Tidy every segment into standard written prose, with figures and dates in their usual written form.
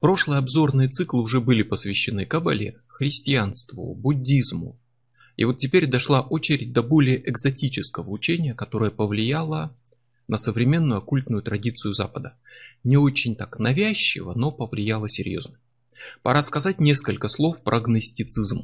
Прошлые обзорные циклы уже были посвящены каббале, христианству, буддизму. И вот теперь дошла очередь до более экзотического учения, которое повлияло на современную оккультную традицию Запада. Не очень так навязчиво, но повлияло серьезно. Пора сказать несколько слов про гностицизм.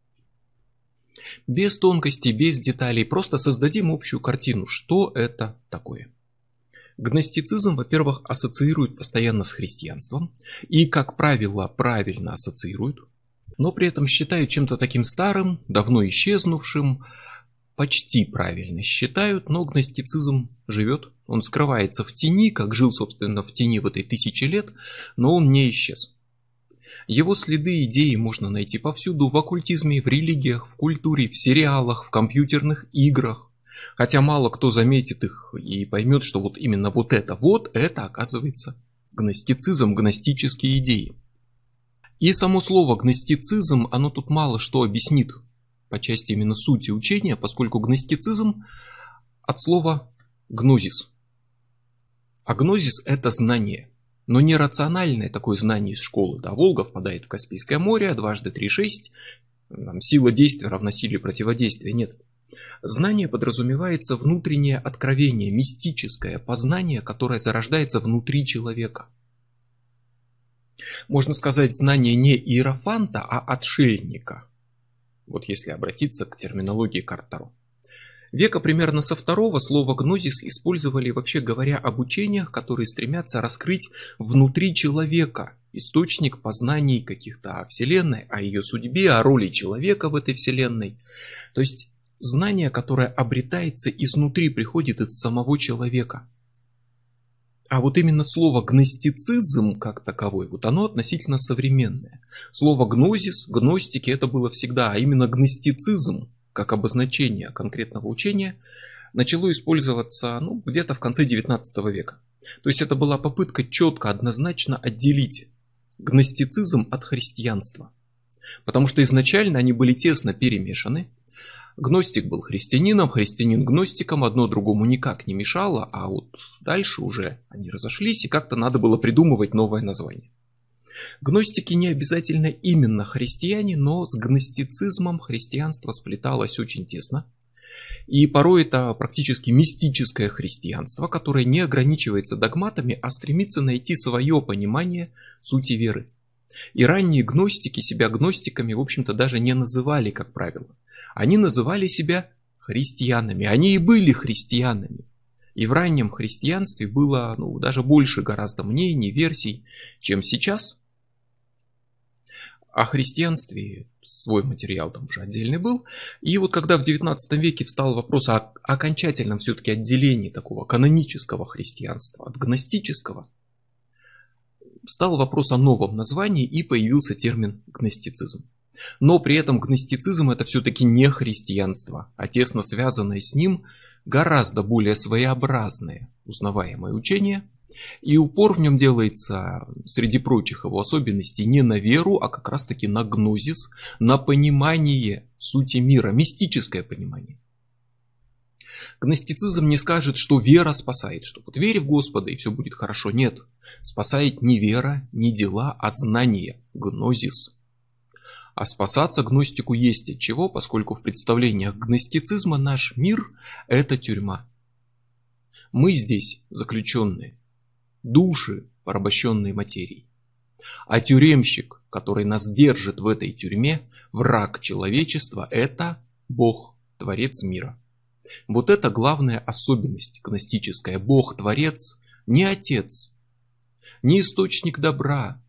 Без тонкостей, без деталей, просто создадим общую картину, что это такое. Гностицизм, во-первых, ассоциируют постоянно с христианством и, как правило, правильно ассоциируют, но при этом считают чем-то таким старым, давно исчезнувшим, почти правильно считают, но гностицизм живет, он скрывается в тени, как жил, собственно, в тени в этой 1000 лет, но он не исчез. Его следы, идеи можно найти повсюду, в оккультизме, в религиях, в культуре, в сериалах, в компьютерных играх. Хотя мало кто заметит их и поймет, что вот именно вот это оказывается гностицизм, гностические идеи. И само слово гностицизм, оно тут мало что объяснит по части именно сути учения, поскольку гностицизм от слова гнозис. А гнозис это знание. Но не рациональное такое знание из школы. Да, Волга впадает в Каспийское море, дважды 3 6, сила действия равна силе противодействия. Нет. Знание подразумевается внутреннее откровение, мистическое познание, которое зарождается внутри человека. Можно сказать, знание не иерофанта, а отшельника. Вот если обратиться к терминологии карт Таро. Века примерно со 2-го слово гнозис использовали, вообще говоря, об учениях, которые стремятся раскрыть внутри человека источник познаний каких-то о Вселенной, о ее судьбе, о роли человека в этой Вселенной. То есть знание, которое обретается изнутри, приходит из самого человека. А вот именно слово гностицизм как таковой, вот оно относительно современное. Слово гнозис, гностики это было всегда, а именно гностицизм как обозначение конкретного учения начало использоваться где-то в конце 19 века. То есть это была попытка четко, однозначно отделить гностицизм от христианства. Потому что изначально они были тесно перемешаны. Гностик был христианином, христианин гностиком, одно другому никак не мешало, а вот дальше уже они разошлись, и как-то надо было придумывать новое название. Гностики не обязательно именно христиане, но с гностицизмом христианство сплеталось очень тесно. И порой это практически мистическое христианство, которое не ограничивается догматами, а стремится найти свое понимание сути веры. И ранние гностики себя гностиками, в общем-то, даже не называли, как правило. Они называли себя христианами. Они и были христианами. И в раннем христианстве было даже больше гораздо мнений, версий, чем сейчас. О христианстве свой материал там уже отдельный был. И вот когда в 19 веке встал вопрос о окончательном все-таки отделении такого канонического христианства от гностического, встал вопрос о новом названии и появился термин гностицизм. Но при этом гностицизм это все-таки не христианство, а тесно связанное с ним гораздо более своеобразное узнаваемое учение. И упор в нем делается, среди прочих его особенностей, не на веру, а как раз таки на гнозис, на понимание сути мира, мистическое понимание. Гностицизм не скажет, что вера спасает, что вот верь в Господа и все будет хорошо. Нет, спасает не вера, не дела, а знание, гнозис. А спасаться гностику есть от чего, поскольку в представлениях гностицизма наш мир – это тюрьма. Мы здесь заключенные, души, порабощенные материей. А тюремщик, который нас держит в этой тюрьме, враг человечества – это Бог, Творец мира. Вот это главная особенность гностическая. Бог, Творец, не Отец, не источник добра,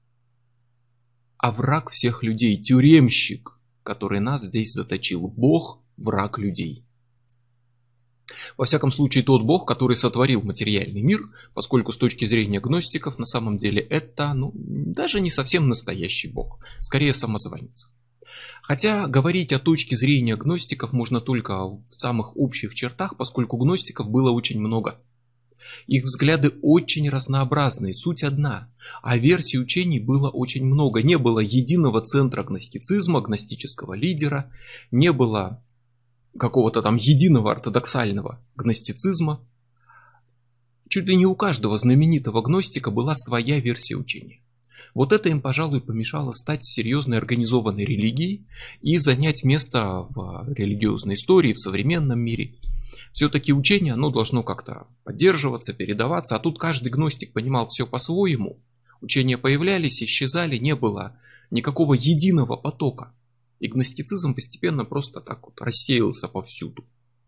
а враг всех людей, тюремщик, который нас здесь заточил. Бог – враг людей. Во всяком случае, тот Бог, который сотворил материальный мир, поскольку с точки зрения гностиков, на самом деле это даже не совсем настоящий Бог, скорее самозванец. Хотя говорить о точке зрения гностиков можно только в самых общих чертах, поскольку гностиков было очень много. Их взгляды очень разнообразные, суть одна, а версий учений было очень много. Не было единого центра гностицизма, гностического лидера, не было какого-то там единого ортодоксального гностицизма. Чуть ли не у каждого знаменитого гностика была своя версия учения. Вот это им, пожалуй, помешало стать серьезной организованной религией и занять место в религиозной истории, в современном мире. Все-таки учение, оно должно как-то поддерживаться, передаваться, а тут каждый гностик понимал все по-своему. Учения появлялись, исчезали, не было никакого единого потока. И гностицизм постепенно просто так вот рассеялся повсюду.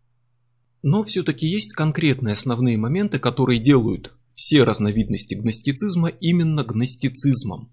Но все-таки есть конкретные основные моменты, которые делают все разновидности гностицизма именно гностицизмом.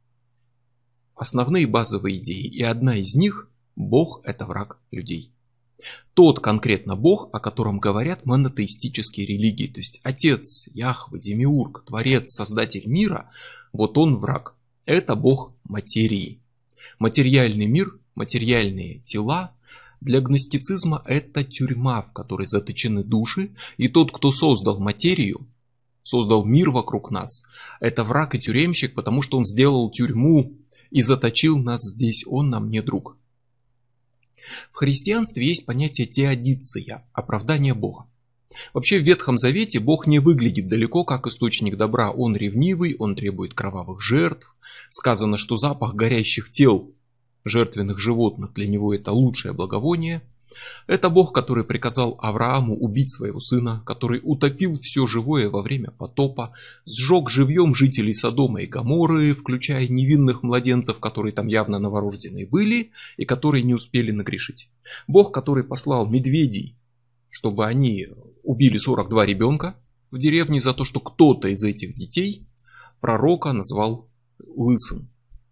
Основные базовые идеи, и одна из них – Бог – это враг людей. Тот конкретно Бог, о котором говорят монотеистические религии, то есть Отец, Яхве, Демиург, Творец, Создатель мира, вот он враг. Это Бог материи. Материальный мир, материальные тела для гностицизма – это тюрьма, в которой заточены души, и тот, кто создал материю, создал мир вокруг нас, это враг и тюремщик, потому что он сделал тюрьму и заточил нас здесь, он нам не друг. В христианстве есть понятие теодицея, оправдание Бога. Вообще в Ветхом Завете Бог не выглядит далеко как источник добра, он ревнивый, он требует кровавых жертв. Сказано, что запах горящих тел жертвенных животных для него это лучшее благовоние. Это Бог, который приказал Аврааму убить своего сына, который утопил все живое во время потопа, сжег живьем жителей Содома и Гоморры, включая невинных младенцев, которые там явно новорожденные были и которые не успели нагрешить. Бог, который послал медведей, чтобы они убили 42 ребенка в деревне за то, что кто-то из этих детей пророка назвал лысым.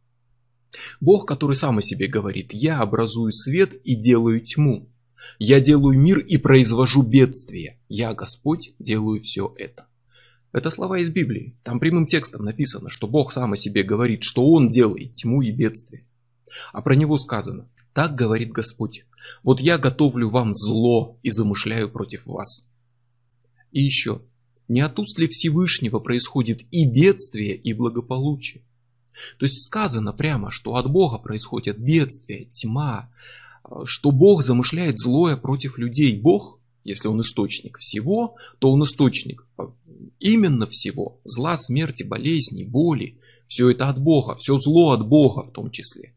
Бог, который сам о себе говорит: «Я образую свет и делаю тьму. Я делаю мир и произвожу бедствие. Я, Господь, делаю все это». Это слова из Библии. Там прямым текстом написано, что Бог сам о себе говорит, что Он делает тьму и бедствие. А про Него сказано: «Так говорит Господь, вот я готовлю вам зло и замышляю против вас». И еще: «Не от уст ли Всевышнего происходит и бедствие, и благополучие?» То есть сказано прямо, что от Бога происходят бедствия, тьма, что Бог замышляет злое против людей. Бог, если Он источник всего, то Он источник именно всего. Зла, смерти, болезней, боли. Все это от Бога, все зло от Бога в том числе.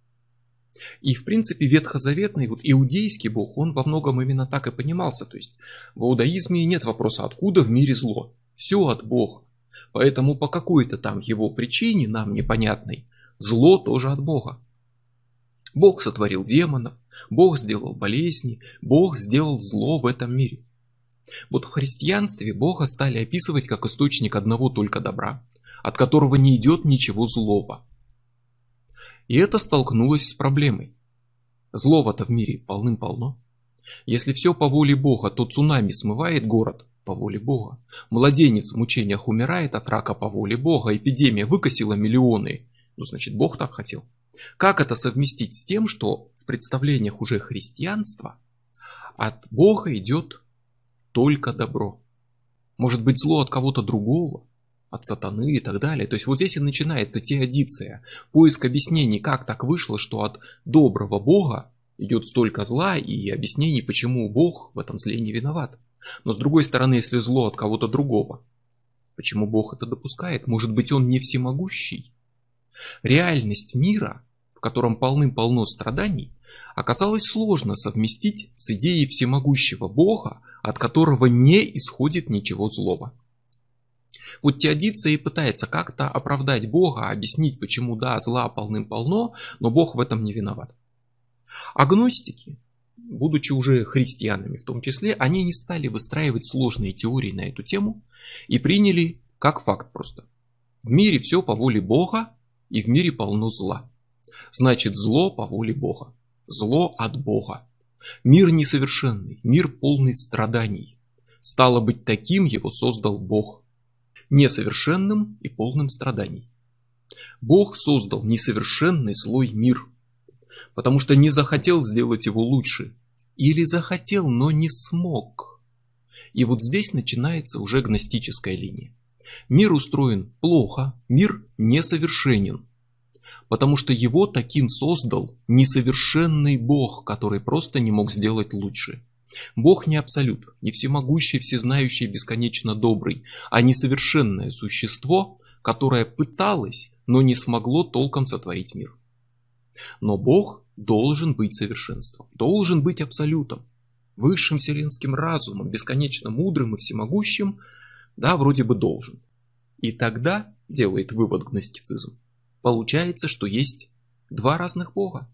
И в принципе ветхозаветный, вот иудейский Бог, он во многом именно так и понимался. То есть в иудаизме нет вопроса, откуда в мире зло. Все от Бога. Поэтому по какой-то там его причине, нам непонятной, зло тоже от Бога. Бог сотворил демонов, Бог сделал болезни, Бог сделал зло в этом мире. Вот в христианстве Бога стали описывать как источник одного только добра, от которого не идет ничего злого. И это столкнулось с проблемой. Злого-то в мире полным-полно. Если все по воле Бога, то цунами смывает город по воле Бога. Младенец в мучениях умирает от рака по воле Бога. Эпидемия выкосила миллионы. Ну, значит, Бог так хотел. Как это совместить с тем, что в представлениях уже христианства от Бога идет только добро? Может быть, зло от кого-то другого, от сатаны и так далее. То есть вот здесь и начинается теодицея, поиск объяснений, как так вышло, что от доброго Бога идет столько зла, и объяснений, почему Бог в этом зле не виноват. Но с другой стороны, если зло от кого-то другого, почему Бог это допускает? Может быть, Он не всемогущий? Реальность мира, в котором полным-полно страданий, оказалось сложно совместить с идеей всемогущего Бога, от которого не исходит ничего злого. Вот теодицея и пытается как-то оправдать Бога, объяснить, почему да, зла полным-полно, но Бог в этом не виноват. Агностики, будучи уже христианами в том числе, они не стали выстраивать сложные теории на эту тему и приняли как факт просто: в мире все по воле Бога, и в мире полно зла. Значит, зло по воле Бога, зло от Бога. Мир несовершенный, мир полный страданий. Стало быть, таким его создал Бог, несовершенным и полным страданий. Бог создал несовершенный злой мир, потому что не захотел сделать его лучше. Или захотел, но не смог. И вот здесь начинается уже гностическая линия. Мир устроен плохо, мир несовершенен, потому что его таким создал несовершенный Бог, который просто не мог сделать лучше. Бог не абсолют, не всемогущий, всезнающий, бесконечно добрый, а несовершенное существо, которое пыталось но не смогло толком сотворить мир. Но Бог должен быть совершенством, должен быть абсолютом, высшим вселенским разумом, бесконечно мудрым и всемогущим, да, вроде бы должен. И тогда, делает вывод гностицизм, получается, что есть два разных Бога.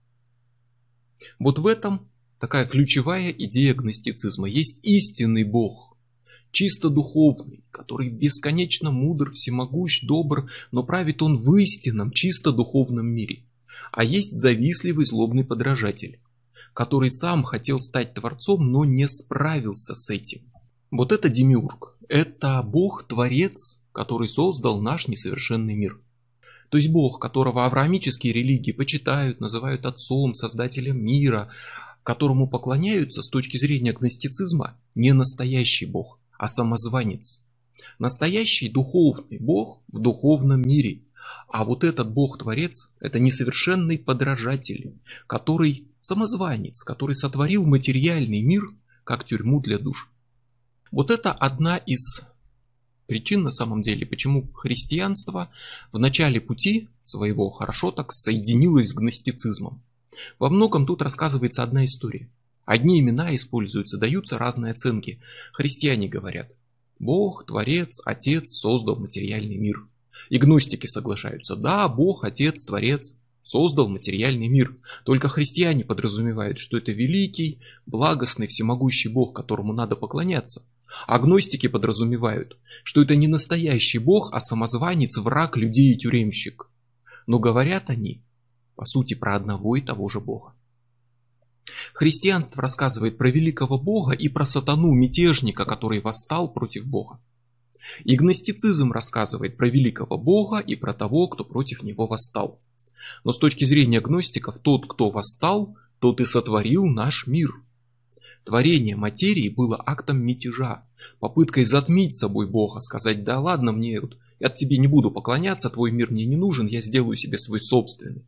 Вот в этом такая ключевая идея гностицизма. Есть истинный Бог, чисто духовный, который бесконечно мудр, всемогущ, добр, но правит он в истинном, чисто духовном мире. А есть завистливый, злобный подражатель, который сам хотел стать творцом, но не справился с этим. Вот это демиург, это Бог-творец, который создал наш несовершенный мир. То есть Бог, которого авраамические религии почитают, называют отцом, создателем мира, которому поклоняются с точки зрения гностицизма, не настоящий Бог, а самозванец. Настоящий духовный Бог в духовном мире. А вот этот Бог-творец – это несовершенный подражатель, который самозванец, который сотворил материальный мир как тюрьму для душ. Вот это одна из причин на самом деле, почему христианство в начале пути своего хорошо так соединилось с гностицизмом. Во многом тут рассказывается одна история. Одни имена используются, даются разные оценки. Христиане говорят: Бог, Творец, Отец создал материальный мир. И гностики соглашаются: да, Бог, Отец, Творец создал материальный мир. Только христиане подразумевают, что это великий, благостный, всемогущий Бог, которому надо поклоняться. А гностики подразумевают, что это не настоящий Бог, а самозванец, враг людей и тюремщик. Но говорят они, по сути, про одного и того же Бога. Христианство рассказывает про великого Бога и про сатану, мятежника, который восстал против Бога. И гностицизм рассказывает про великого Бога и про того, кто против него восстал. Но с точки зрения гностиков, тот, кто восстал, тот и сотворил наш мир. Творение материи было актом мятежа, попыткой затмить собой Бога, сказать: да ладно, мне я тебе не буду поклоняться, твой мир мне не нужен, я сделаю себе свой собственный.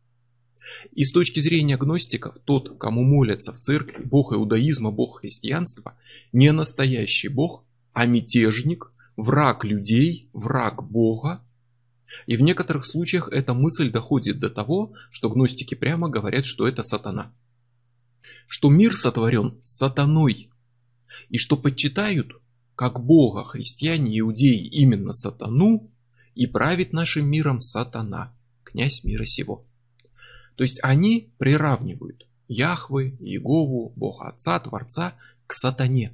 И с точки зрения гностиков, тот, кому молятся в церкви, Бог иудаизма, Бог христианства, не настоящий Бог, а мятежник, враг людей, враг Бога. И в некоторых случаях эта мысль доходит до того, что гностики прямо говорят, что это сатана. Что мир сотворен сатаной, и что почитают как Бога христиане, иудеи, именно сатану, и правит нашим миром сатана, князь мира сего. То есть они приравнивают Яхве, Иегову, Бога Отца, Творца к сатане.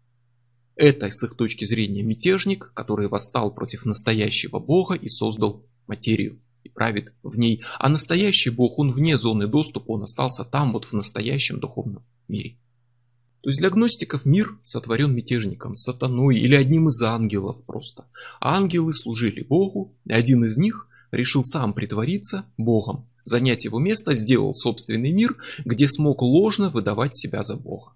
Это с их точки зрения мятежник, который восстал против настоящего Бога и создал материю и правит в ней. А настоящий Бог, он вне зоны доступа, он остался там, вот в настоящем духовном мире. То есть для гностиков мир сотворен мятежником, сатаной или одним из ангелов просто. А ангелы служили Богу, и один из них решил сам притвориться Богом, занять его место, сделал собственный мир, где смог ложно выдавать себя за Бога.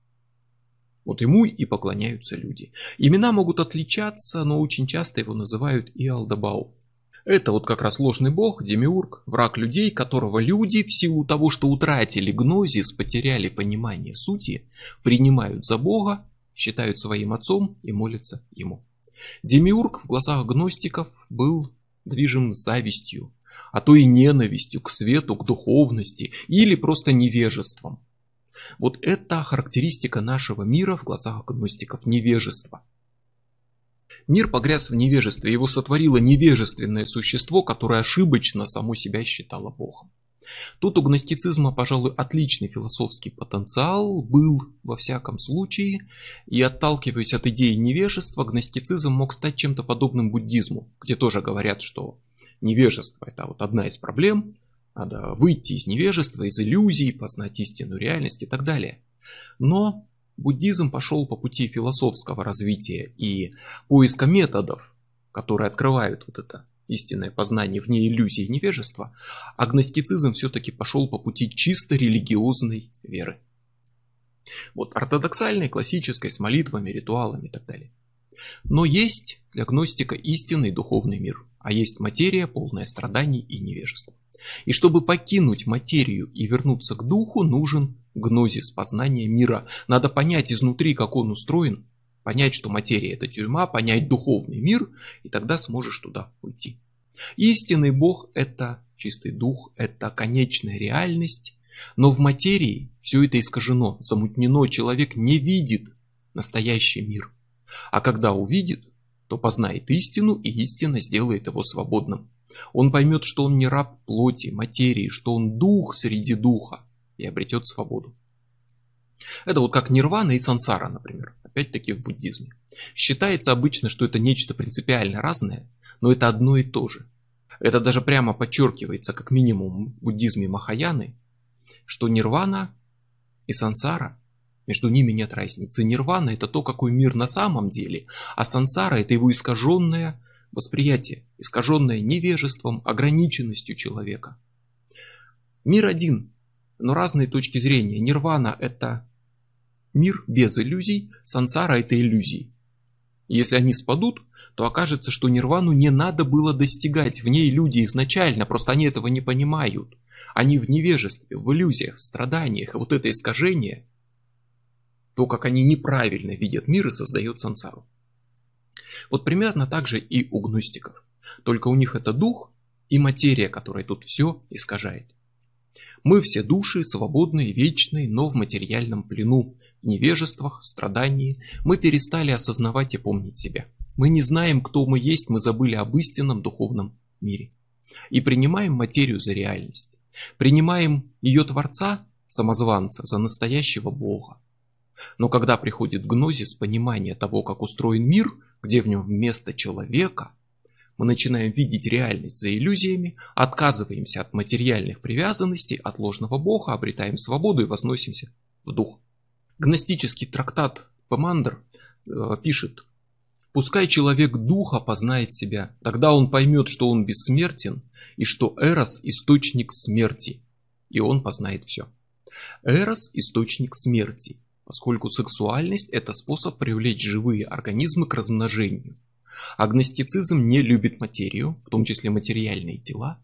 Вот ему и поклоняются люди. Имена могут отличаться, но очень часто его называют Иалдабауф. Это вот как раз ложный бог, демиург, враг людей, которого люди в силу того, что утратили гнозис, потеряли понимание сути, принимают за бога, считают своим отцом и молятся ему. Демиург в глазах гностиков был движим завистью, а то и ненавистью к свету, к духовности или просто невежеством. Вот это характеристика нашего мира в глазах гностиков – невежество. Мир погряз в невежестве, его сотворило невежественное существо, которое ошибочно само себя считало Богом. Тут у гностицизма, пожалуй, отличный философский потенциал был во всяком случае, и отталкиваясь от идеи невежества, гностицизм мог стать чем-то подобным буддизму, где тоже говорят, что невежество – это вот одна из проблем, надо выйти из невежества, из иллюзий, познать истинную реальность и так далее. Но буддизм пошел по пути философского развития и поиска методов, которые открывают вот это истинное познание вне иллюзии и невежества, а гностицизм все-таки пошел по пути чисто религиозной веры. Вот ортодоксальной, классической, с молитвами, ритуалами и так далее. Но есть для гностика истинный духовный мир, а есть материя, полная страданий и невежества. И чтобы покинуть материю и вернуться к духу, нужен гнозис, познание мира. Надо понять изнутри, как он устроен, понять, что материя – это тюрьма, понять духовный мир, и тогда сможешь туда уйти. Истинный Бог – это чистый дух, это конечная реальность, но в материи все это искажено, замутнено, человек не видит настоящий мир. А когда увидит, то познает истину, и истина сделает его свободным. Он поймет, что он не раб плоти, материи, что он дух среди духа, и обретет свободу. Это вот как нирвана и сансара, например, опять-таки в буддизме. Считается обычно, что это нечто принципиально разное, но это одно и то же. Это даже прямо подчеркивается, как минимум в буддизме Махаяны, что нирвана и сансара, между ними нет разницы. Нирвана – это то, какой мир на самом деле, а сансара – это его искаженное восприятие, искаженное невежеством, ограниченностью человека. Мир один, но разные точки зрения. Нирвана – это мир без иллюзий, сансара – это иллюзии. Если они спадут, то окажется, что нирвану не надо было достигать, в ней люди изначально, просто они этого не понимают. Они в невежестве, в иллюзиях, в страданиях, и вот это искажение, то, как они неправильно видят мир, и создает сансару. Вот примерно так же и у гностиков. Только у них это дух и материя, которая тут все искажает. Мы все души, свободные, вечные, но в материальном плену, в невежествах, в страдании. Мы перестали осознавать и помнить себя. Мы не знаем, кто мы есть, мы забыли об истинном духовном мире. И принимаем материю за реальность. Принимаем ее Творца, самозванца, за настоящего Бога. Но когда приходит гнозис, понимание того, как устроен мир, где в нем вместо человека, мы начинаем видеть реальность за иллюзиями, отказываемся от материальных привязанностей, от ложного Бога, обретаем свободу и возносимся в дух. Гностический трактат Помандр пишет: «Пускай человек духа познает себя, тогда он поймет, что он бессмертен, и что Эрос – источник смерти, и он познает все». Эрос – источник смерти, поскольку сексуальность – это способ привлечь живые организмы к размножению. Агностицизм не любит материю, в том числе материальные тела,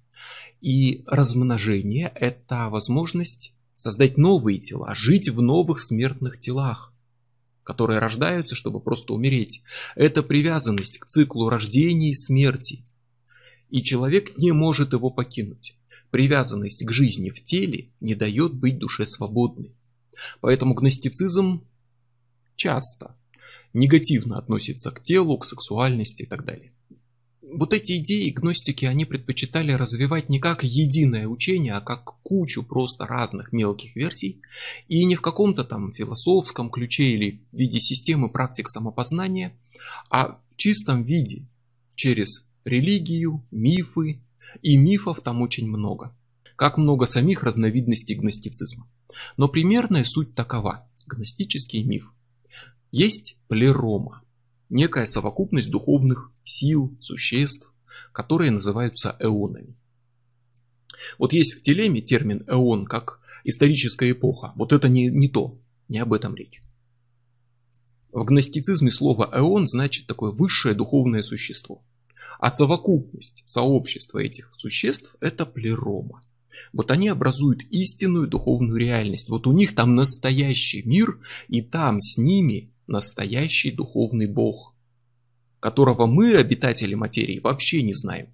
и размножение – это возможность создать новые тела, жить в новых смертных телах, которые рождаются, чтобы просто умереть. Это привязанность к циклу рождения и смерти, и человек не может его покинуть. Привязанность к жизни в теле не дает быть душе свободной. Поэтому гностицизм часто негативно относится к телу, к сексуальности и так далее. Вот эти идеи гностики, они предпочитали развивать не как единое учение, а как кучу просто разных мелких версий, и не в каком-то там философском ключе или в виде системы практик самопознания, а в чистом виде, через религию, мифы, и мифов там очень много. Как много самих разновидностей гностицизма. Но примерная суть такова: гностический миф. Есть плерома, некая совокупность духовных сил, существ, которые называются эонами. Вот есть в телеме термин эон как историческая эпоха. Вот это не то, не об этом речь. В гностицизме слово эон значит такое высшее духовное существо. А совокупность, сообщество этих существ – это плерома. Вот они образуют истинную духовную реальность. Вот у них там настоящий мир, и там с ними настоящий духовный Бог, которого мы, обитатели материи, вообще не знаем.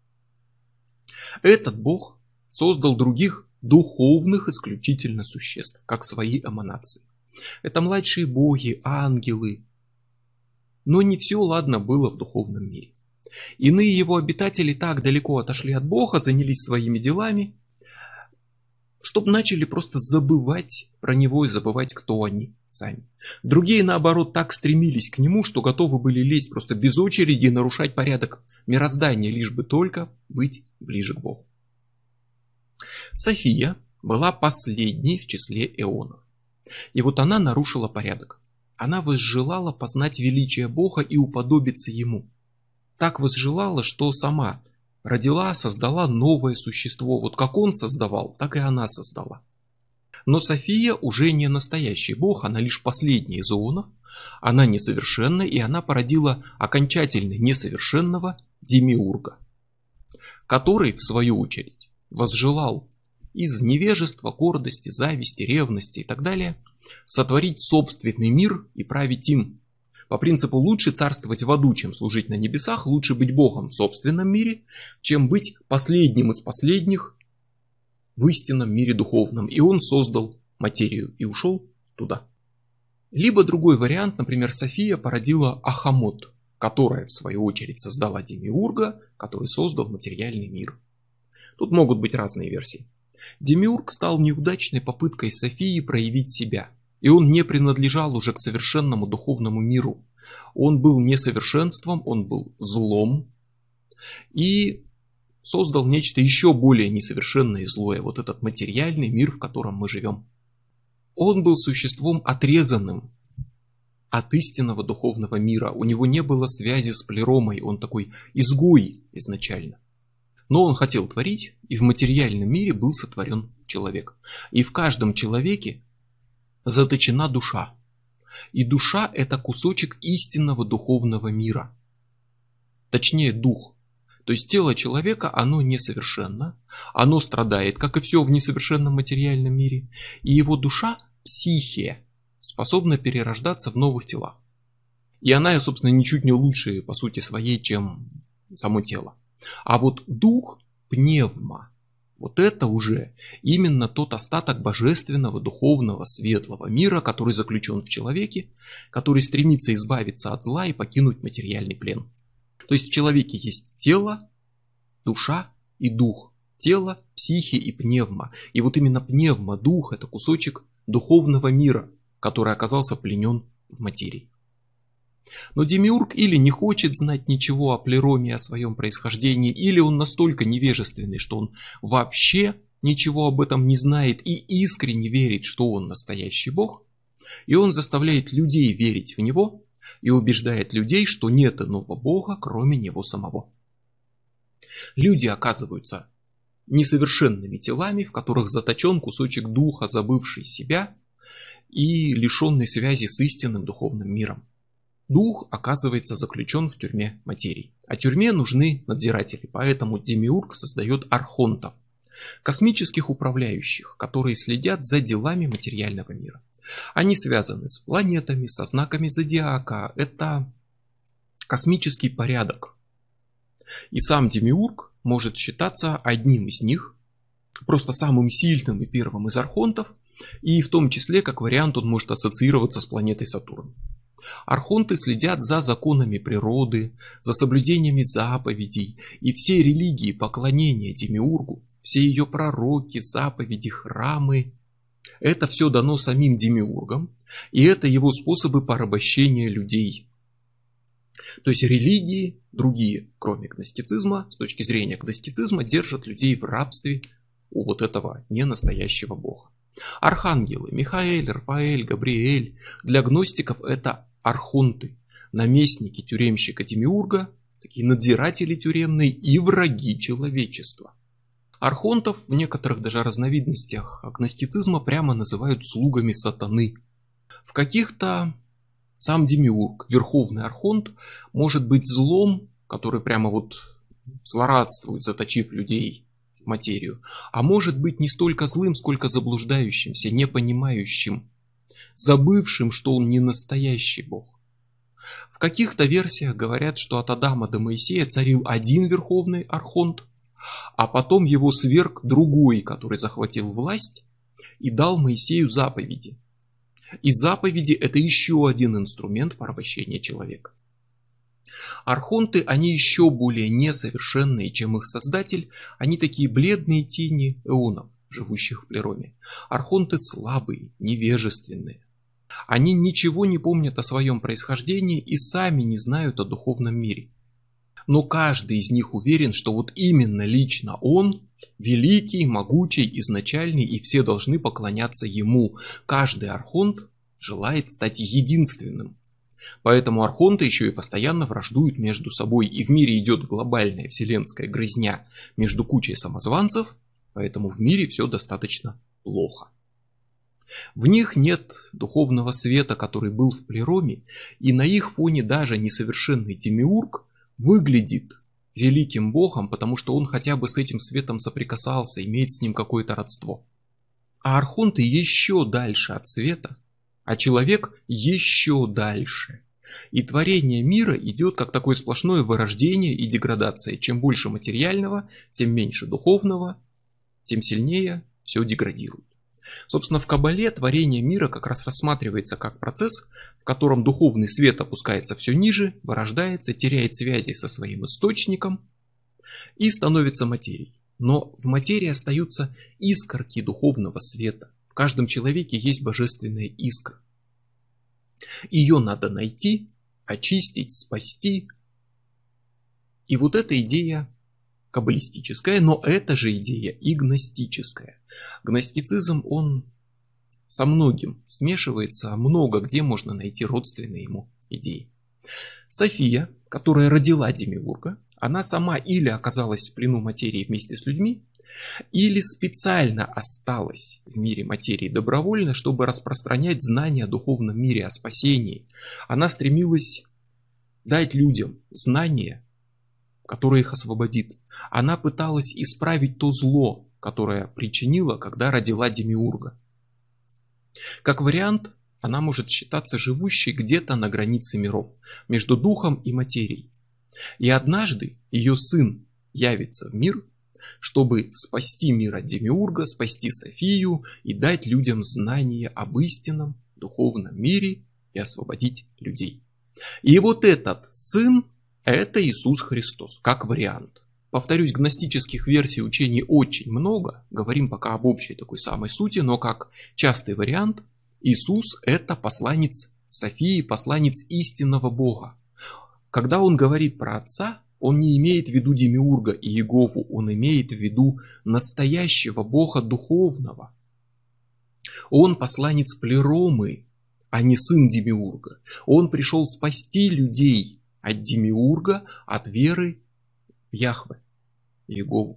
Этот Бог создал других духовных исключительно существ, как свои эманации. Это младшие боги, ангелы. Но не все ладно было в духовном мире. Иные его обитатели так далеко отошли от Бога, занялись своими делами, чтобы начали просто забывать про него и забывать, кто они сами. Другие, наоборот, так стремились к нему, что готовы были лезть просто без очереди и нарушать порядок мироздания, лишь бы только быть ближе к Богу. София была последней в числе эонов. И вот она нарушила порядок. Она возжелала познать величие Бога и уподобиться ему. Так возжелала, что сама родила, создала новое существо. Вот как он создавал, так и она создала. Но София уже не настоящий Бог, она лишь последняя из эонов. Она несовершенна, и она породила окончательно несовершенного демиурга, который, в свою очередь, возжелал из невежества, гордости, зависти, ревности и так далее сотворить собственный мир и править им. По принципу лучше царствовать в аду, чем служить на небесах, лучше быть Богом в собственном мире, чем быть последним из последних в истинном мире духовном. И он создал материю и ушел туда. Либо другой вариант, например, София породила Ахамот, которая в свою очередь создала Демиурга, который создал материальный мир. Тут могут быть разные версии. Демиург стал неудачной попыткой Софии проявить себя. И он не принадлежал уже к совершенному духовному миру. Он был несовершенством, он был злом. И создал нечто еще более несовершенное и злое. Вот этот материальный мир, в котором мы живем. Он был существом отрезанным от истинного духовного мира. У него не было связи с Плеромой. Он такой изгой изначально. Но он хотел творить, и в материальном мире был сотворен человек. И в каждом человеке заточена душа. И душа — это кусочек истинного духовного мира. Точнее, дух. То есть тело человека, оно несовершенно. Оно страдает, как и все в несовершенном материальном мире. И его душа, психия, способна перерождаться в новых телах. И она, собственно, ничуть не лучше по сути своей, чем само тело. А вот дух, пневма, вот это уже именно тот остаток божественного, духовного, светлого мира, который заключен в человеке, который стремится избавиться от зла и покинуть материальный плен. То есть в человеке есть тело, душа и дух. Тело, психи и пневма. И вот именно пневма, дух, это кусочек духовного мира, который оказался пленен в материи. Но Демиург или не хочет знать ничего о Плероме, о своем происхождении, или он настолько невежественный, что он вообще ничего об этом не знает и искренне верит, что он настоящий бог, и он заставляет людей верить в него и убеждает людей, что нет иного бога, кроме него самого. Люди оказываются несовершенными телами, в которых заточен кусочек духа, забывший себя и лишенный связи с истинным духовным миром. Дух оказывается заключен в тюрьме материи. А тюрьме нужны надзиратели, поэтому Демиург создает архонтов, космических управляющих, которые следят за делами материального мира. Они связаны с планетами, со знаками зодиака. Это космический порядок. И сам Демиург может считаться одним из них, просто самым сильным и первым из архонтов, и в том числе, как вариант, он может ассоциироваться с планетой Сатурн. Архонты следят за законами природы, за соблюдениями заповедей, и все религии поклонения Демиургу, все ее пророки, заповеди, храмы, это все дано самим Демиургом, и это его способы порабощения людей. То есть религии, другие, кроме гностицизма, с точки зрения гностицизма, держат людей в рабстве у вот этого ненастоящего бога. Архангелы, Михаэль, Рафаэль, Габриэль, для гностиков это архонты, наместники тюремщика Демиурга, такие надзиратели тюремные и враги человечества. Архонтов в некоторых даже разновидностях гностицизма прямо называют слугами сатаны. В каких-то сам Демиург, верховный архонт, может быть злом, который прямо вот злорадствует, заточив людей в материю, а может быть не столько злым, сколько заблуждающимся, не понимающим, забывшим, что он не настоящий бог. В каких-то версиях говорят, что от Адама до Моисея царил один верховный архонт, а потом его сверг другой, который захватил власть и дал Моисею заповеди. И заповеди — это еще один инструмент порабощения человека. Архонты, они еще более несовершенные, чем их создатель, они такие бледные тени эонов, живущих в Плероме. Архонты слабые, невежественные. Они ничего не помнят о своем происхождении и сами не знают о духовном мире. Но каждый из них уверен, что вот именно лично он великий, могучий, изначальный, и все должны поклоняться ему. Каждый архонт желает стать единственным. Поэтому архонты еще и постоянно враждуют между собой, и в мире идет глобальная вселенская грызня между кучей самозванцев, поэтому в мире все достаточно плохо. В них нет духовного света, который был в Плероме, и на их фоне даже несовершенный Демиург выглядит великим богом, потому что он хотя бы с этим светом соприкасался, имеет с ним какое-то родство. А архонты еще дальше от света, а человек еще дальше. И творение мира идет как такое сплошное вырождение и деградация. Чем больше материального, тем меньше духовного, тем сильнее все деградирует. Собственно, в Кабале творение мира как раз рассматривается как процесс, в котором духовный свет опускается все ниже, вырождается, теряет связи со своим источником и становится материей. Но в материи остаются искорки духовного света. В каждом человеке есть божественная искра. Ее надо найти, очистить, спасти. И вот эта идея каббалистическая, но эта же идея и гностическая. Гностицизм, он со многим смешивается, много где можно найти родственные ему идеи. София, которая родила Демиурга, она сама или оказалась в плену материи вместе с людьми, или специально осталась в мире материи добровольно, чтобы распространять знания о духовном мире, о спасении. Она стремилась дать людям знания, которое их освободит. Она пыталась исправить то зло, которое причинила, когда родила Демиурга. Как вариант, она может считаться живущей где-то на границе миров, между духом и материей. И однажды ее сын явится в мир, чтобы спасти мир от Демиурга, спасти Софию и дать людям знания об истинном духовном мире и освободить людей. И вот этот сын — это Иисус Христос, как вариант. Повторюсь, гностических версий учений очень много, говорим пока об общей такой самой сути, но как частый вариант, Иисус — это посланец Софии, посланец истинного Бога. Когда он говорит про Отца, он не имеет в виду Демиурга и Иегову, он имеет в виду настоящего Бога духовного. Он посланец Плеромы, а не сын Демиурга. Он пришел спасти людей от Демиурга, от веры в Яхве, Иегову.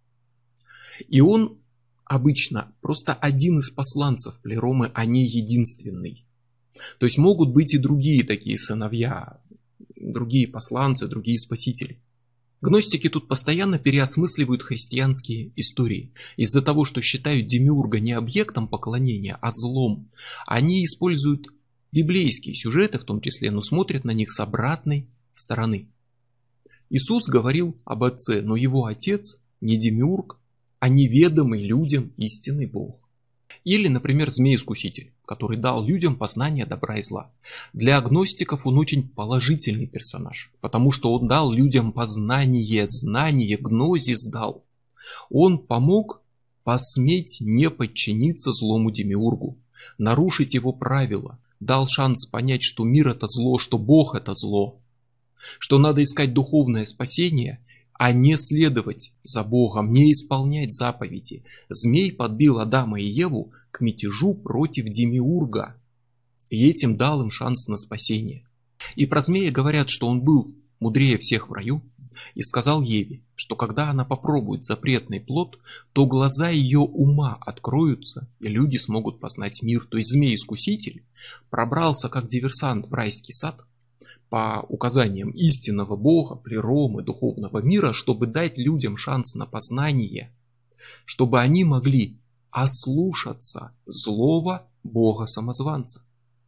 И он обычно просто один из посланцев Плеромы, а не единственный. То есть могут быть и другие такие сыновья, другие посланцы, другие спасители. Гностики тут постоянно переосмысливают христианские истории. Из-за того, что считают Демиурга не объектом поклонения, а злом, они используют библейские сюжеты, в том числе, но смотрят на них с обратной стороны. Иисус говорил об Отце, но его Отец не Демиург, а неведомый людям истинный Бог. Или, например, Змей-искуситель, который дал людям познание добра и зла. Для агностиков он очень положительный персонаж, потому что он дал людям познание, знание, гнозис дал. Он помог посметь не подчиниться злому Демиургу, нарушить его правила, дал шанс понять, что мир это зло, что Бог это зло, что надо искать духовное спасение, а не следовать за Богом, не исполнять заповеди. Змей подбил Адама и Еву к мятежу против Демиурга, и этим дал им шанс на спасение. И про змея говорят, что он был мудрее всех в раю, и сказал Еве, что когда она попробует запретный плод, то глаза ее ума откроются, и люди смогут познать мир. То есть змей-искуситель пробрался как диверсант в райский сад, по указаниям истинного Бога, Плеромы, духовного мира, чтобы дать людям шанс на познание, чтобы они могли ослушаться злого Бога-самозванца.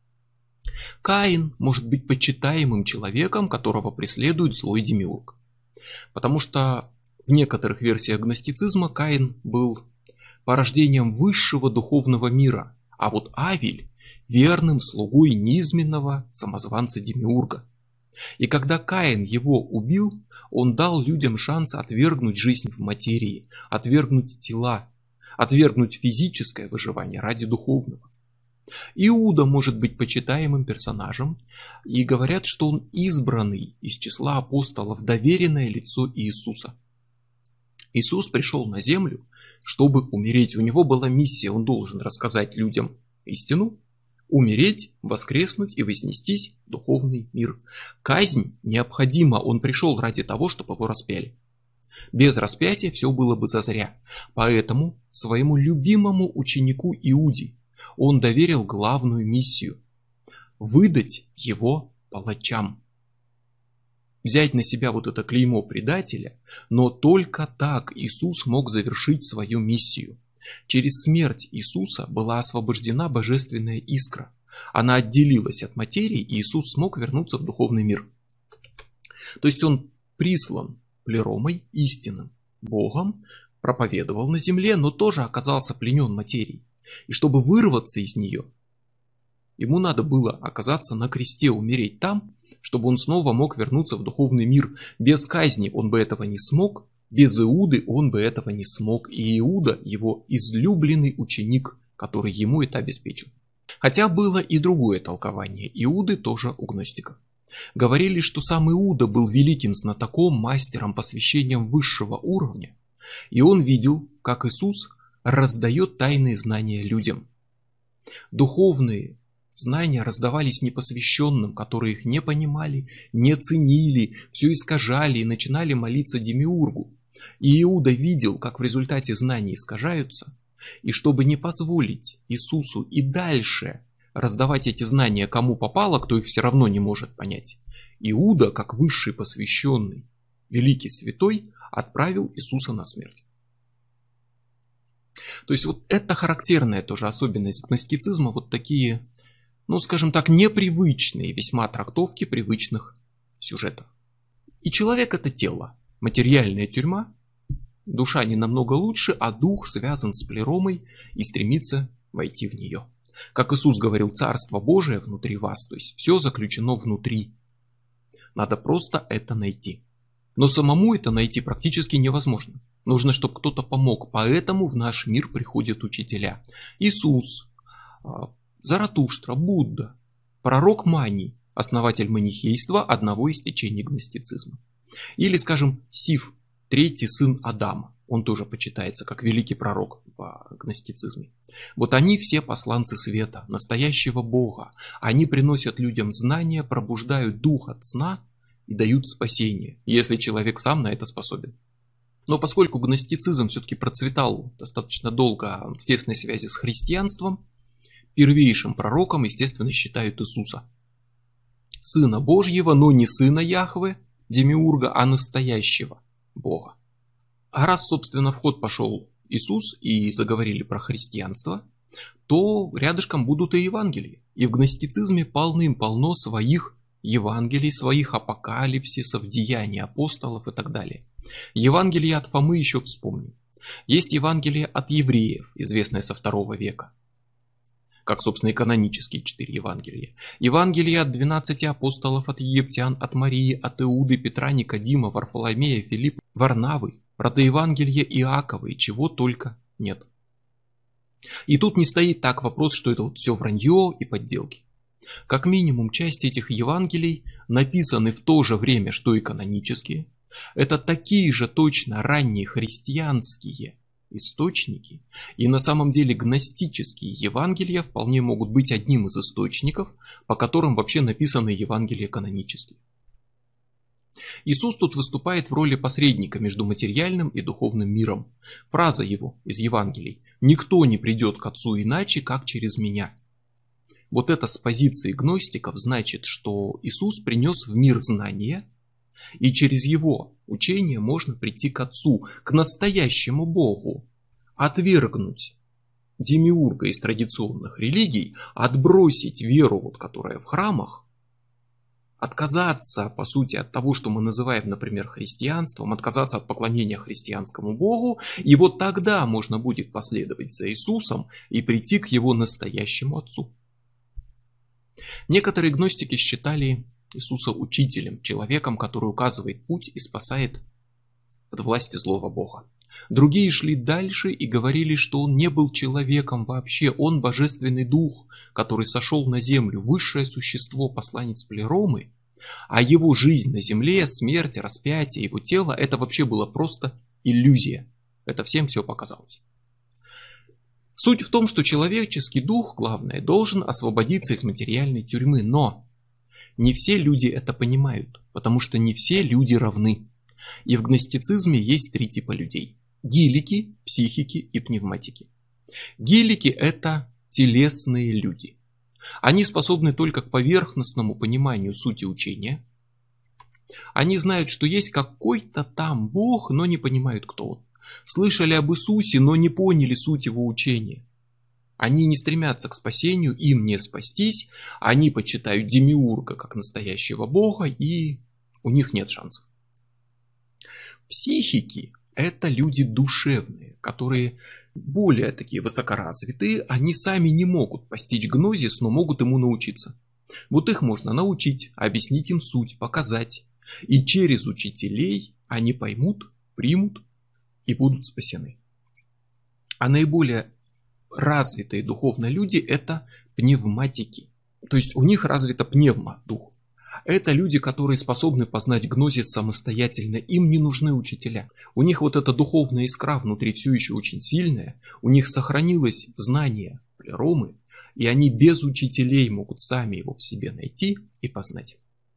Каин может быть почитаемым человеком, которого преследует злой Демиург. Потому что в некоторых версиях гностицизма Каин был порождением высшего духовного мира, а вот Авель – верным слугой низменного самозванца Демиурга. И когда Каин его убил, он дал людям шанс отвергнуть жизнь в материи, отвергнуть тела, отвергнуть физическое выживание ради духовного. Иуда может быть почитаемым персонажем, и говорят, что он избранный из числа апостолов, доверенное лицо Иисуса. Иисус пришел на землю, чтобы умереть. У него была миссия, он должен рассказать людям истину, умереть, воскреснуть и вознестись в духовный мир. Казнь необходима, он пришел ради того, чтобы его распяли. Без распятия все было бы зазря. Поэтому своему любимому ученику Иуде он доверил главную миссию – выдать его палачам. Взять на себя вот это клеймо предателя, но только так Иисус мог завершить свою миссию. Через смерть Иисуса была освобождена божественная искра. Она отделилась от материи, и Иисус смог вернуться в духовный мир. То есть он прислан плеромой, истинным Богом, проповедовал на земле, но тоже оказался пленен материей. И чтобы вырваться из нее, ему надо было оказаться на кресте, умереть там, чтобы он снова мог вернуться в духовный мир. Без казни он бы этого не смог, без Иуды он бы этого не смог. И Иуда его излюбленный ученик, который ему это обеспечил. Хотя было и другое толкование Иуды тоже у гностиков. Говорили, что сам Иуда был великим знатоком, мастером, посвящением высшего уровня. И он видел, как Иисус раздает тайные знания людям. Духовные знания раздавались непосвященным, которые их не понимали, не ценили, все искажали и начинали молиться Демиургу. И Иуда видел, как в результате знаний искажаются, и чтобы не позволить Иисусу и дальше раздавать эти знания кому попало, кто их все равно не может понять, Иуда, как высший посвященный, великий святой, отправил Иисуса на смерть. То есть вот это характерная тоже особенность гностицизма, вот такие, ну скажем так, непривычные весьма трактовки привычных сюжетов. И человек это тело, материальная тюрьма, душа не намного лучше, а дух связан с плеромой и стремится войти в нее. Как Иисус говорил, Царство Божие внутри вас, то есть все заключено внутри. Надо просто это найти. Но самому это найти практически невозможно. Нужно, чтобы кто-то помог. Поэтому в наш мир приходят учителя. Иисус, Заратуштра, Будда, пророк Маний, основатель манихейства, одного из течений гностицизма. Или, скажем, Сиф, третий сын Адама. Он тоже почитается как великий пророк в гностицизме. Вот они все посланцы света, настоящего Бога. Они приносят людям знания, пробуждают дух от сна и дают спасение, если человек сам на это способен. Но поскольку гностицизм все-таки процветал достаточно долго в тесной связи с христианством, первейшим пророком, естественно, считают Иисуса. Сына Божьего, но не сына Яхве, Демиурга, а настоящего Бога. А раз, собственно, в ход пошел Иисус и заговорили про христианство, то рядышком будут и Евангелии. И в гностицизме полным-полно своих Евангелий, своих апокалипсисов, деяний апостолов и так далее. Евангелие от Фомы еще вспомним. Есть Евангелие от евреев, известное со II века, как, собственно, и канонические 4 Евангелия. Евангелие от 12 апостолов, от египтян, от Марии, от Иуды, Петра, Никодима, Варфоломея, Филиппа, Варнавы, протоевангелие Иакова и чего только нет. И тут не стоит так вопрос, что это вот все вранье и подделки. Как минимум, часть этих Евангелий написаны в то же время, что и канонические. Это такие же точно ранние христианские источники. И на самом деле гностические Евангелия вполне могут быть одним из источников, по которым вообще написаны Евангелия канонические. Иисус тут выступает в роли посредника между материальным и духовным миром. Фраза его из Евангелий: «Никто не придет к Отцу иначе, как через меня». Вот это с позиции гностиков значит, что Иисус принес в мир знания, и через его учение можно прийти к Отцу, к настоящему Богу, отвергнуть демиурга из традиционных религий, отбросить веру, вот, которая в храмах, отказаться, по сути, от того, что мы называем, например, христианством, отказаться от поклонения христианскому Богу, и вот тогда можно будет последовать за Иисусом и прийти к его настоящему Отцу. Некоторые гностики считали Иисуса учителем, человеком, который указывает путь и спасает от власти злого Бога. Другие шли дальше и говорили, что он не был человеком вообще, он божественный дух, который сошел на землю, высшее существо, посланец Плеромы, а его жизнь на земле, смерть, распятие, его тело, это вообще было просто иллюзия. Это всем все показалось. Суть в том, что человеческий дух, главное, должен освободиться из материальной тюрьмы, но не все люди это понимают, потому что не все люди равны. И в гностицизме есть 3 типа людей: гилики, психики и пневматики. Гилики — это телесные люди. Они способны только к поверхностному пониманию сути учения. Они знают, что есть какой-то там Бог, но не понимают, кто он. Слышали об Иисусе, но не поняли суть его учения. Они не стремятся к спасению, им не спастись, они почитают Демиурга как настоящего бога, и у них нет шансов. Психики – это люди душевные, которые более такие высокоразвитые, они сами не могут постичь гнозис, но могут ему научиться. Вот их можно научить, объяснить им суть, показать. И через учителей они поймут, примут и будут спасены. А наиболее развитые духовно люди – это пневматики. То есть у них развита пневма-дух. Это люди, которые способны познать гнозис самостоятельно, им не нужны учителя. У них вот эта духовная искра внутри все еще очень сильная, у них сохранилось знание плеромы, и они без учителей могут сами его в себе найти и познать.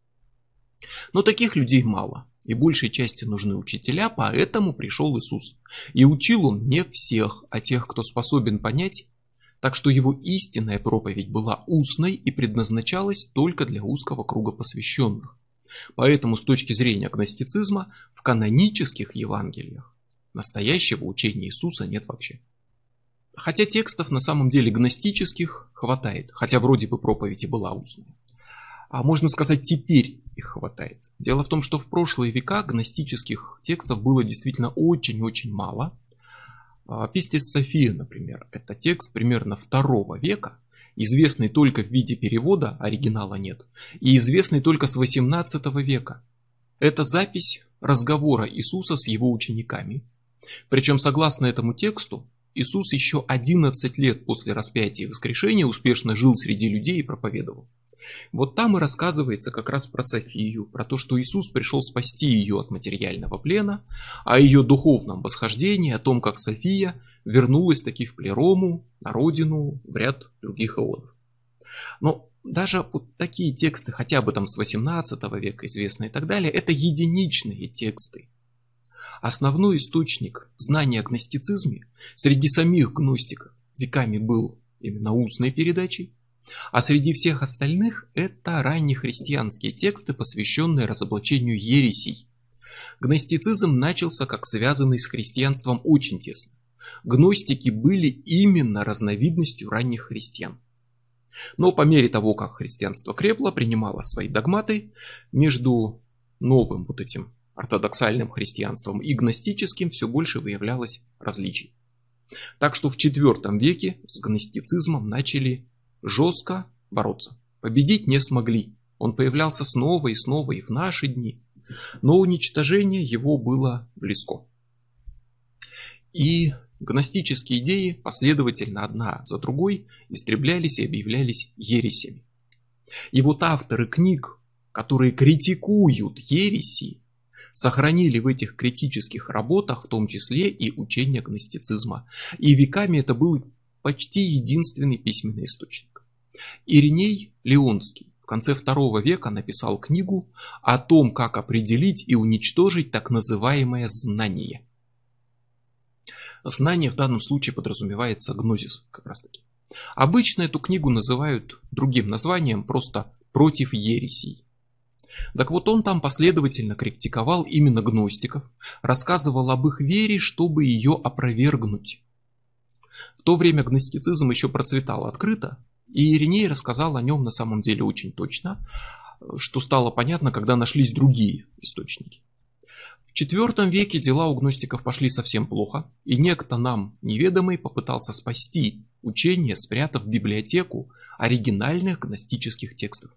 Но таких людей мало, и большей части нужны учителя, поэтому пришел Иисус. И учил он не всех, а тех, кто способен понять, так что его истинная проповедь была устной и предназначалась только для узкого круга посвященных. Поэтому с точки зрения гностицизма в канонических Евангелиях настоящего учения Иисуса нет вообще. Хотя текстов на самом деле гностических хватает, хотя вроде бы проповедь и была устная. А можно сказать, теперь их хватает. Дело в том, что в прошлые века гностических текстов было действительно очень-очень мало. Пистис София, например, это текст примерно 2 века, известный только в виде перевода, оригинала нет, и известный только с 18 века. Это запись разговора Иисуса с его учениками. Причем, согласно этому тексту, Иисус еще 11 лет после распятия и воскрешения успешно жил среди людей и проповедовал. Вот там и рассказывается как раз про Софию, про то, что Иисус пришел спасти ее от материального плена, о ее духовном восхождении, о том, как София вернулась таки в Плерому, на родину, в ряд других ионов. Но даже вот такие тексты, хотя бы там с 18 века известные и так далее, это единичные тексты. Основной источник знания о гностицизме среди самих гностиков веками был именно устной передачей, а среди всех остальных это раннехристианские тексты, посвященные разоблачению ересей. Гностицизм начался как связанный с христианством очень тесно. Гностики были именно разновидностью ранних христиан. Но по мере того, как христианство крепло, принимало свои догматы, между новым вот этим ортодоксальным христианством и гностическим все больше выявлялось различий. Так что в IV веке с гностицизмом начали жестко бороться. Победить не смогли. Он появлялся снова и снова и в наши дни. Но уничтожение его было близко. И гностические идеи последовательно одна за другой истреблялись и объявлялись ересями. И вот авторы книг, которые критикуют ереси, сохранили в этих критических работах в том числе и учение гностицизма. И веками это был почти единственный письменный источник. Ириней Леонский в конце II века написал книгу о том, как определить и уничтожить так называемое знание. Знание в данном случае подразумевается гнозис, как раз таки. Обычно эту книгу называют другим названием, просто «Против ересей». Так вот, он там последовательно критиковал именно гностиков, рассказывал об их вере, чтобы ее опровергнуть. В то время гностицизм еще процветал открыто, и Ириней рассказал о нем на самом деле очень точно, что стало понятно, когда нашлись другие источники. В IV веке дела у гностиков пошли совсем плохо, и некто нам неведомый попытался спасти учение, спрятав библиотеку оригинальных гностических текстов.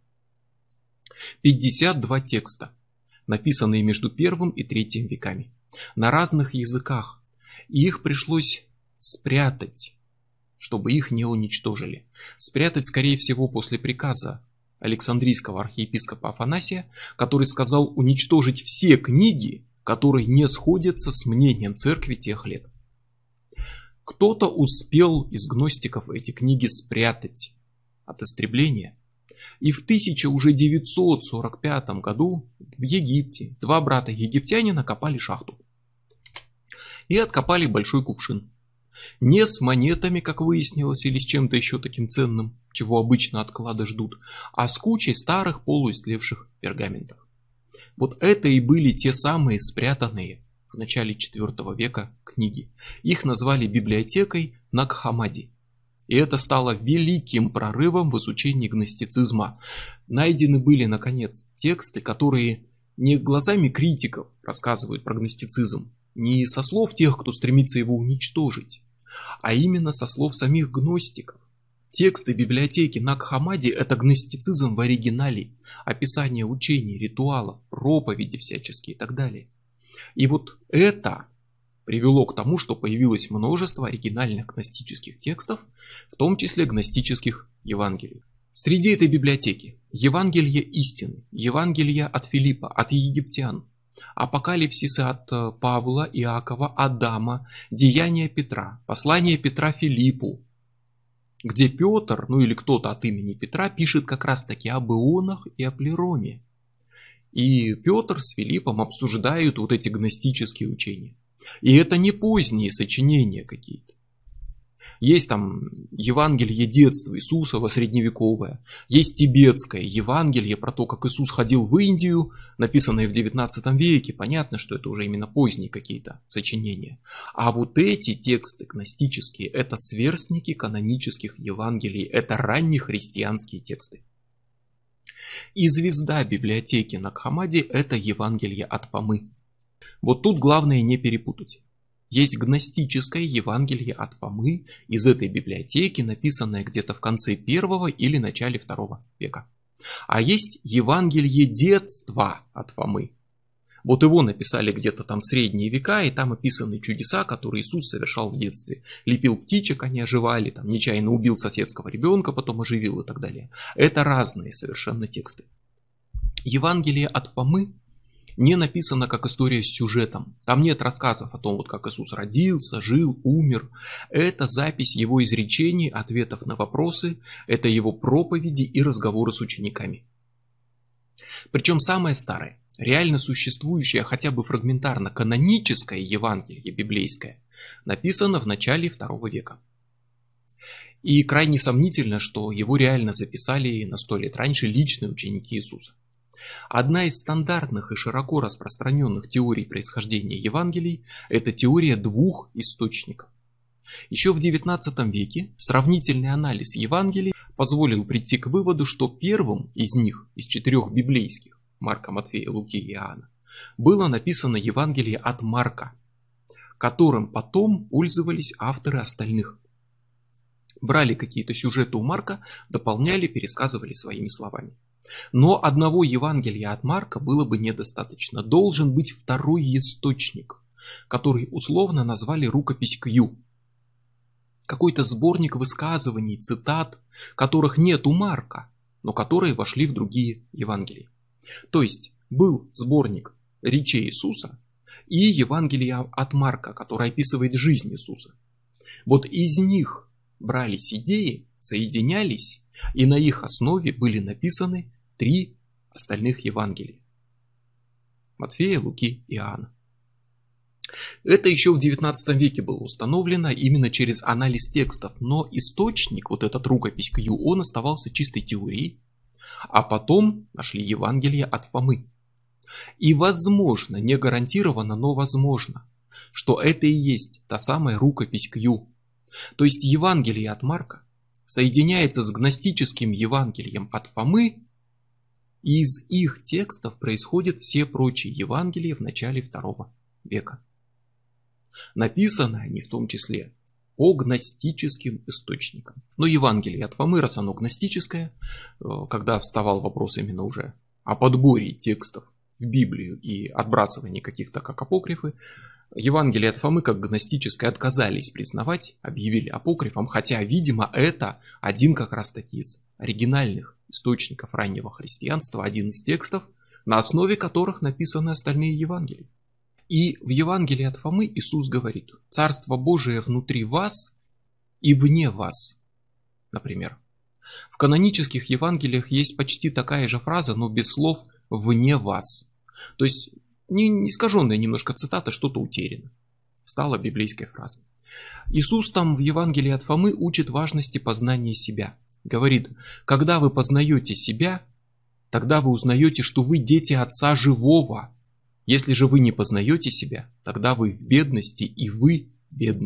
52 текста, написанные между I и III веками, на разных языках, и их пришлось спрятать, чтобы их не уничтожили. Спрятать, скорее всего, после приказа Александрийского архиепископа Афанасия, который сказал уничтожить все книги, которые не сходятся с мнением церкви тех лет. Кто-то успел из гностиков эти книги спрятать от истребления, и в 1945 году в Египте 2 брата-египтянина копали шахту и откопали большой кувшин. Не с монетами, как выяснилось, или с чем-то еще таким ценным, чего обычно от клада ждут, а с кучей старых полуистлевших пергаментов. Вот это и были те самые спрятанные в начале IV века книги. Их назвали библиотекой Накхамади. И это стало великим прорывом в изучении гностицизма. Найдены были, наконец, тексты, которые не глазами критиков рассказывают про гностицизм, не со слов тех, кто стремится его уничтожить, а именно со слов самих гностиков. Тексты библиотеки Наг-Хаммади – это гностицизм в оригинале, описание учений, ритуалов, проповеди всяческие и так далее. И вот это привело к тому, что появилось множество оригинальных гностических текстов, в том числе гностических Евангелий. Среди этой библиотеки Евангелие истины, Евангелие от Филиппа, от египтян, Апокалипсисы от Павла, Иакова, Адама, Деяния Петра, Послание Петра Филиппу, где Петр, ну или кто-то от имени Петра, пишет как раз таки об ионах и о плероме. И Петр с Филиппом обсуждают вот эти гностические учения. И это не поздние сочинения какие-то. Есть там Евангелие детства Иисусова средневековое, есть тибетское Евангелие про то, как Иисус ходил в Индию, написанное в 19 веке. Понятно, что это уже именно поздние какие-то сочинения. А вот эти тексты гностические, это сверстники канонических Евангелий, это ранние христианские тексты. И звезда библиотеки Наг-Хаммади – это Евангелие от Фомы. Вот тут главное не перепутать. Есть гностическое Евангелие от Фомы из этой библиотеки, написанное где-то в конце 1 или начале 2 века. А есть Евангелие детства от Фомы. Вот его написали где-то там в средние века, и там описаны чудеса, которые Иисус совершал в детстве. Лепил птичек, они оживали, там нечаянно убил соседского ребенка, потом оживил и так далее. Это разные совершенно тексты. Евангелие от Фомы не написано как история с сюжетом. Там нет рассказов о том, вот как Иисус родился, жил, умер. Это запись его изречений, ответов на вопросы, это его проповеди и разговоры с учениками. Причем самое старое, реально существующее, хотя бы фрагментарно каноническое Евангелие библейское, написано в начале 2 века. И крайне сомнительно, что его реально записали на 100 лет раньше личные ученики Иисуса. Одна из стандартных и широко распространенных теорий происхождения Евангелий – это теория двух источников. Еще в XIX веке сравнительный анализ Евангелий позволил прийти к выводу, что первым из них, из 4 библейских – Марка, Матфея, Луки и Иоанна – было написано Евангелие от Марка, которым потом пользовались авторы остальных. Брали какие-то сюжеты у Марка, дополняли, пересказывали своими словами. Но одного Евангелия от Марка было бы недостаточно. Должен быть второй источник, который условно назвали рукопись Кью. Какой-то сборник высказываний, цитат, которых нет у Марка, но которые вошли в другие Евангелия. То есть был сборник речей Иисуса и Евангелие от Марка, который описывает жизнь Иисуса. Вот из них брались идеи, соединялись, и на их основе были написаны 3 остальных Евангелия. Матфея, Луки и Иоанна. Это еще в 19 веке было установлено именно через анализ текстов, но источник, вот этот рукопись Кью, он оставался чистой теорией, а потом нашли Евангелие от Фомы. И возможно, не гарантированно, но возможно, что это и есть та самая рукопись Кью. То есть Евангелие от Марка соединяется с гностическим Евангелием от Фомы, и из их текстов происходят все прочие Евангелия в начале 2 века. Написаны они в том числе по гностическим источникам. Но Евангелие от Фомы, раз оно гностическое, когда вставал вопрос именно уже о подборе текстов в Библию и отбрасывании каких-то как апокрифы, Евангелие от Фомы как гностическое отказались признавать, объявили апокрифом, хотя, видимо, это один как раз таки из оригинальных источников раннего христианства, один из текстов, на основе которых написаны остальные Евангелия. И в Евангелии от Фомы Иисус говорит: «Царство Божие внутри вас и вне вас», например. В канонических Евангелиях есть почти такая же фраза, но без слов «вне вас». То есть не искаженная немножко цитата, что-то утеряно. Стала библейской фразой. Иисус там в Евангелии от Фомы учит важности познания себя. Говорит: когда вы познаете себя, тогда вы узнаете, что вы дети Отца Живого. Если же вы не познаете себя, тогда вы в бедности, и вы бедность.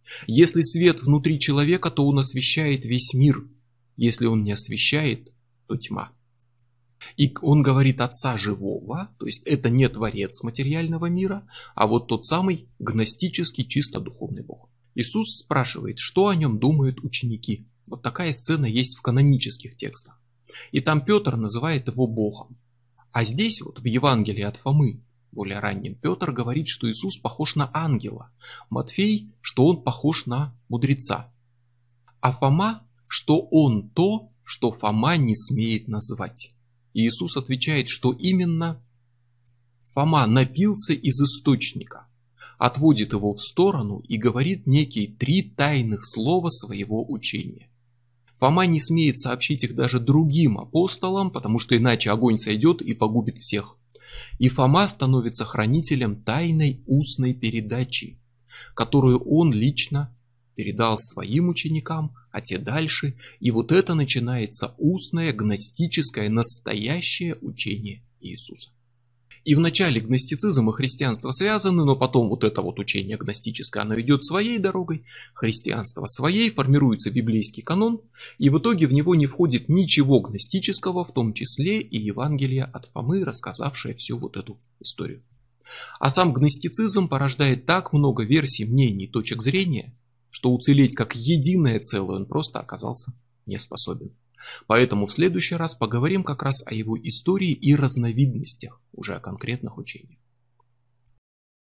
Если свет внутри человека, то он освещает весь мир. Если он не освещает, то тьма. И он говорит Отца Живого, то есть это не Творец материального мира, а вот тот самый гностический, чисто духовный Бог. Иисус спрашивает, что о нем думают ученики. Вот такая сцена есть в канонических текстах. И там Петр называет его Богом. А здесь вот в Евангелии от Фомы, более раннем, Петр говорит, что Иисус похож на ангела. Матфей, что он похож на мудреца. А Фома, что он то, что Фома не смеет назвать. И Иисус отвечает, что именно Фома напился из источника, отводит его в сторону и говорит некие 3 тайных слова своего учения. Фома не смеет сообщить их даже другим апостолам, потому что иначе огонь сойдет и погубит всех. И Фома становится хранителем тайной устной передачи, которую он лично передал своим ученикам, а те дальше. И вот это начинается устное, гностическое, настоящее учение Иисуса. И вначале гностицизм и христианство связаны, но потом вот это вот учение гностическое, оно идет своей дорогой, христианство своей, формируется библейский канон, и в итоге в него не входит ничего гностического, в том числе и Евангелие от Фомы, рассказавшее всю вот эту историю. А сам гностицизм порождает так много версий, мнений, точек зрения, что уцелеть как единое целое он просто оказался не способен. Поэтому в следующий раз поговорим как раз о его истории и разновидностях, уже о конкретных учениях.